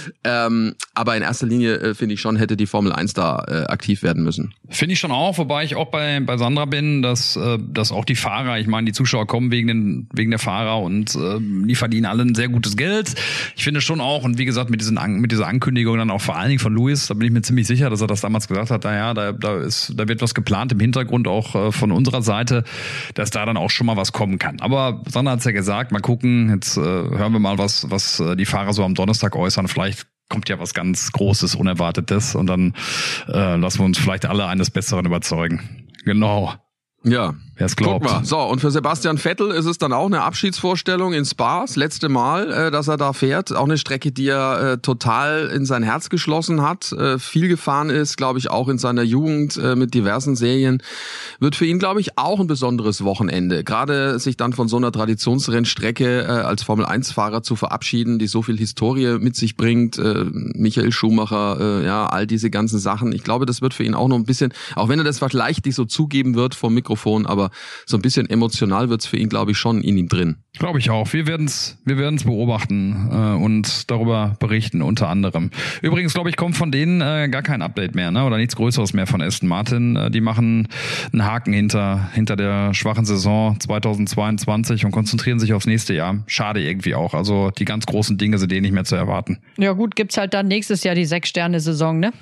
Aber in erster Linie finde ich schon, hätte die Formel 1 da aktiv werden müssen. Finde ich schon auch, wobei ich auch bei Sandra bin, dass auch die Fahrer, ich meine, die Zuschauer kommen wegen der Fahrer und die verdienen alle ein sehr gutes Geld. Ich finde schon auch, und wie gesagt, mit dieser Ankündigung dann auch vor allen Dingen von Lewis, da bin ich mir ziemlich sicher, dass er das damals gesagt hat, naja, da wird was geplant im Hintergrund auch von unserer Seite, dass da dann auch schon mal was kommen kann. Aber Sandra hat's ja gesagt, mal gucken, jetzt hören wir mal, was die Fahrer so am Donnerstag äußern. Vielleicht kommt ja was ganz Großes, Unerwartetes und dann lassen wir uns vielleicht alle eines Besseren überzeugen. Genau. Ja, wer es glaubt. Guck mal. So, und für Sebastian Vettel ist es dann auch eine Abschiedsvorstellung in Spa, das letzte Mal, dass er da fährt. Auch eine Strecke, die er total in sein Herz geschlossen hat, viel gefahren ist, glaube ich, auch in seiner Jugend mit diversen Serien. Wird für ihn, glaube ich, auch ein besonderes Wochenende. Gerade sich dann von so einer Traditionsrennstrecke als Formel-1-Fahrer zu verabschieden, die so viel Historie mit sich bringt. Michael Schumacher, ja, all diese ganzen Sachen. Ich glaube, das wird für ihn auch noch ein bisschen, auch wenn er das vielleicht nicht so zugeben wird vom Mikrofon, Mikrofon, aber so ein bisschen emotional wird's für ihn, glaube ich, schon in ihm drin. Glaube ich auch. Wir werden's beobachten und darüber berichten unter anderem. Übrigens, glaube ich, kommt von denen gar kein Update mehr, ne? Oder nichts Größeres mehr von Aston Martin. Die machen einen Haken hinter der schwachen Saison 2022 und konzentrieren sich aufs nächste Jahr. Schade irgendwie auch. Also die ganz großen Dinge sind nicht mehr zu erwarten. Ja gut, gibt's halt dann nächstes Jahr die 6-Sterne-Saison, ne?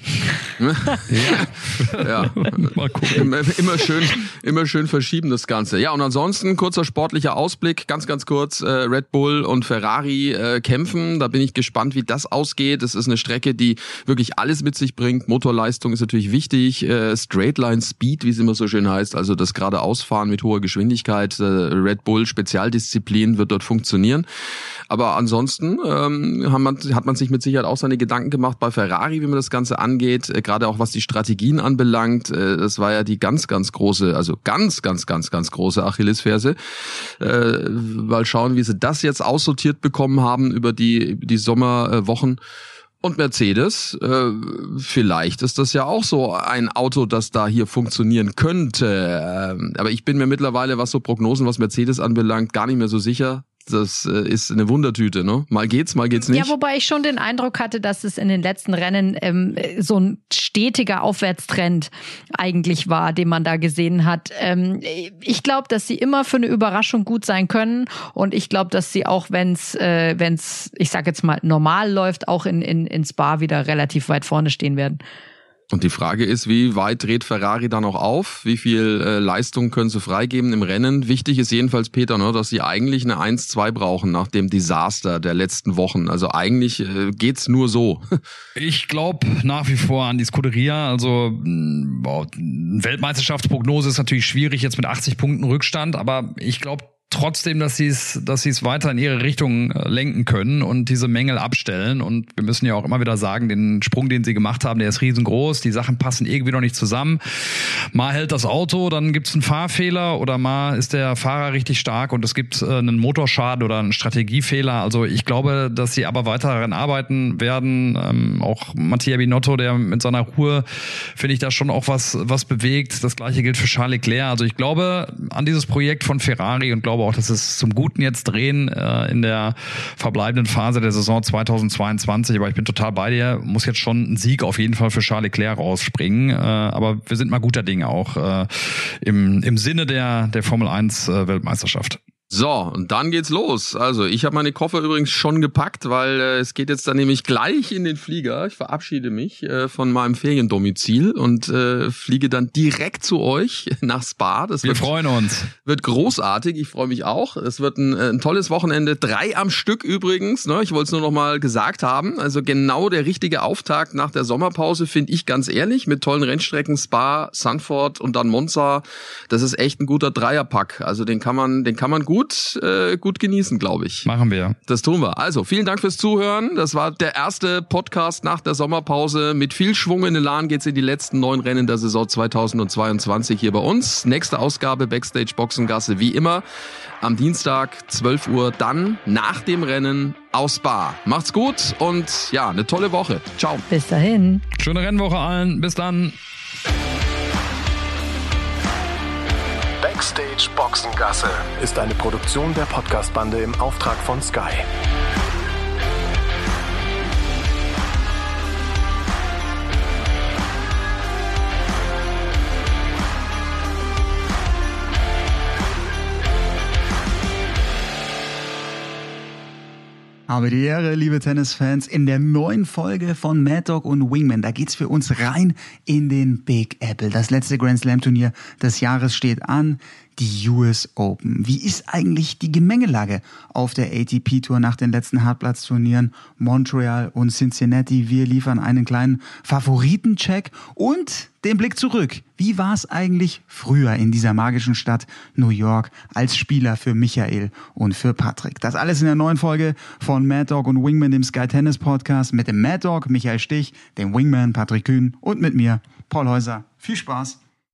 Ja. Mal gucken. Immer schön verschieben das Ganze. Ja, und ansonsten kurzer sportlicher Ausblick, ganz kurz, Red Bull und Ferrari kämpfen. Da bin ich gespannt, wie das ausgeht. Es ist eine Strecke, die wirklich alles mit sich bringt. Motorleistung ist natürlich wichtig. Straightline Speed, wie es immer so schön heißt, also das Geradeausfahren mit hoher Geschwindigkeit. Red Bull Spezialdisziplin wird dort funktionieren. Aber ansonsten hat man sich mit Sicherheit auch seine Gedanken gemacht bei Ferrari, wie man das Ganze angeht. Gerade auch was die Strategien anbelangt. Das war ja die ganz große, also ganz große Achillesferse. Mal schauen, wie sie das jetzt aussortiert bekommen haben über die Sommerwochen. Und Mercedes, vielleicht ist das ja auch so ein Auto, das da hier funktionieren könnte. Aber ich bin mir mittlerweile, was so Prognosen, was Mercedes anbelangt, gar nicht mehr so sicher. Das ist eine Wundertüte, ne? Mal geht's nicht. Ja, wobei ich schon den Eindruck hatte, dass es in den letzten Rennen so ein stetiger Aufwärtstrend eigentlich war, den man da gesehen hat. Ich glaube, dass sie immer für eine Überraschung gut sein können und ich glaube, dass sie auch, wenn's ich sag jetzt mal normal läuft, auch in Spa wieder relativ weit vorne stehen werden. Und die Frage ist, wie weit dreht Ferrari da noch auf? Wie viel Leistung können sie freigeben im Rennen? Wichtig ist jedenfalls, Peter, ne, dass sie eigentlich eine 1-2 brauchen nach dem Desaster der letzten Wochen. Also eigentlich geht's nur so. Ich glaube nach wie vor an die Scuderia. Also Weltmeisterschaftsprognose ist natürlich schwierig jetzt mit 80 Punkten Rückstand, aber ich glaube trotzdem, dass sie es weiter in ihre Richtung lenken können und diese Mängel abstellen. Und wir müssen ja auch immer wieder sagen, den Sprung, den sie gemacht haben, der ist riesengroß. Die Sachen passen irgendwie noch nicht zusammen. Mal hält das Auto, dann gibt's einen Fahrfehler oder mal ist der Fahrer richtig stark und es gibt einen Motorschaden oder einen Strategiefehler. Also ich glaube, dass sie aber weiter daran arbeiten werden. Auch Mattia Binotto, der mit seiner Ruhe, finde ich, da schon auch was bewegt. Das Gleiche gilt für Charles Leclerc. Also ich glaube an dieses Projekt von Ferrari und glaube auch, dass es zum Guten jetzt drehen in der verbleibenden Phase der Saison 2022. Aber ich bin total bei dir. Muss jetzt schon ein Sieg auf jeden Fall für Charles Leclerc rausspringen. Aber wir sind mal guter Dinge auch im Sinne der Formel 1 Weltmeisterschaft. So, und dann geht's los. Also ich habe meine Koffer übrigens schon gepackt, weil es geht jetzt dann nämlich gleich in den Flieger. Ich verabschiede mich von meinem Feriendomizil und fliege dann direkt zu euch nach Spa. Wir freuen uns. Wird großartig, ich freue mich auch. Es wird ein tolles Wochenende, 3 am Stück übrigens. Ne? Ich wollte es nur noch mal gesagt haben. Also genau der richtige Auftakt nach der Sommerpause, finde ich ganz ehrlich, mit tollen Rennstrecken, Spa, Zandvoort und dann Monza. Das ist echt ein guter Dreierpack. Also den kann man gut genießen, glaube ich. Machen wir. Das tun wir. Also, vielen Dank fürs Zuhören. Das war der erste Podcast nach der Sommerpause. Mit viel Schwung und Elan geht's in die letzten 9 Rennen der Saison 2022 hier bei uns. Nächste Ausgabe Backstage Boxengasse wie immer am Dienstag 12 Uhr, dann nach dem Rennen aus Spa. Macht's gut und ja, eine tolle Woche. Ciao. Bis dahin. Schöne Rennwoche allen. Bis dann. Backstage Boxengasse ist eine Produktion der Podcastbande im Auftrag von Sky. Habe die Ehre, liebe Tennisfans, in der neuen Folge von Mad Dog und Wingman. Da geht's für uns rein in den Big Apple. Das letzte Grand Slam Turnier des Jahres steht an. Die US Open. Wie ist eigentlich die Gemengelage auf der ATP Tour nach den letzten Hartplatz-Turnieren? Montreal und Cincinnati. Wir liefern einen kleinen Favoritencheck und den Blick zurück. Wie war es eigentlich früher in dieser magischen Stadt New York als Spieler für Michael und für Patrick? Das alles in der neuen Folge von Mad Dog und Wingman, dem Sky Tennis Podcast mit dem Mad Dog Michael Stich, dem Wingman Patrick Kühn und mit mir, Paul Häuser. Viel Spaß!